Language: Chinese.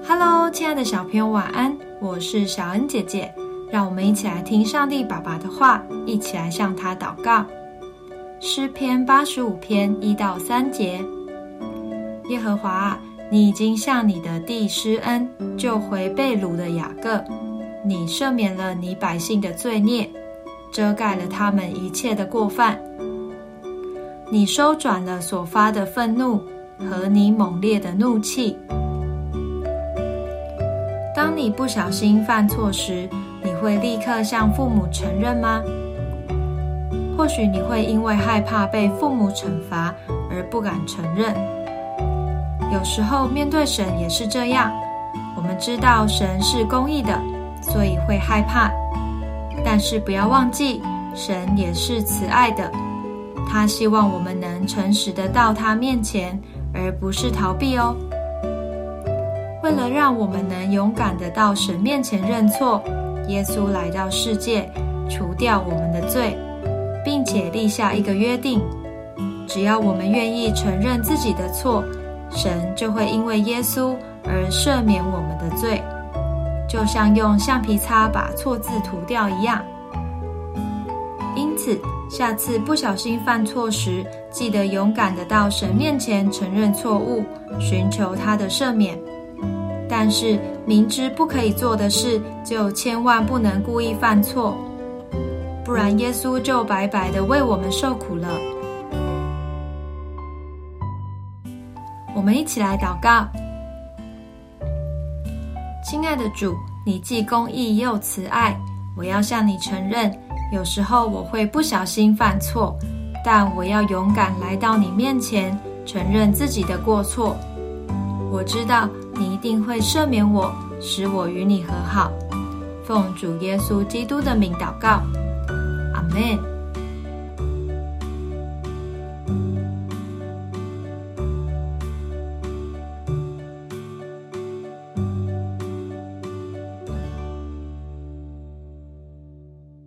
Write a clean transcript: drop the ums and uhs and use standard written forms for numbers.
Hello， 亲爱的小朋友晚安，我是小恩姐姐，让我们一起来听上帝爸爸的话，一起来向他祷告。诗篇85篇1到3节，耶和华啊，你已经向你的弟施恩，救回被掳的雅各，你赦免了你百姓的罪孽，遮盖了他们一切的过犯。你收转了所发的愤怒和你猛烈的怒气。当你不小心犯错时，你会立刻向父母承认吗？或许你会因为害怕被父母惩罚而不敢承认。有时候面对神也是这样，我们知道神是公义的，所以会害怕。但是不要忘记，神也是慈爱的，他希望我们能诚实的到他面前，而不是逃避哦。为了让我们能勇敢的到神面前认错，耶稣来到世界，除掉我们的罪，并且立下一个约定，只要我们愿意承认自己的错，神就会因为耶稣而赦免我们的罪，就像用橡皮擦把错字涂掉一样。因此，下次不小心犯错时，记得勇敢的到神面前承认错误，寻求他的赦免。但是明知不可以做的事，就千万不能故意犯错，不然耶稣就白白的为我们受苦了。我们一起来祷告。亲爱的主，你既公义又慈爱，我要向你承认，有时候我会不小心犯错，但我要勇敢来到你面前，承认自己的过错。我知道你一定会赦免我，使我与你和好。奉主耶稣基督的名祷告，阿们。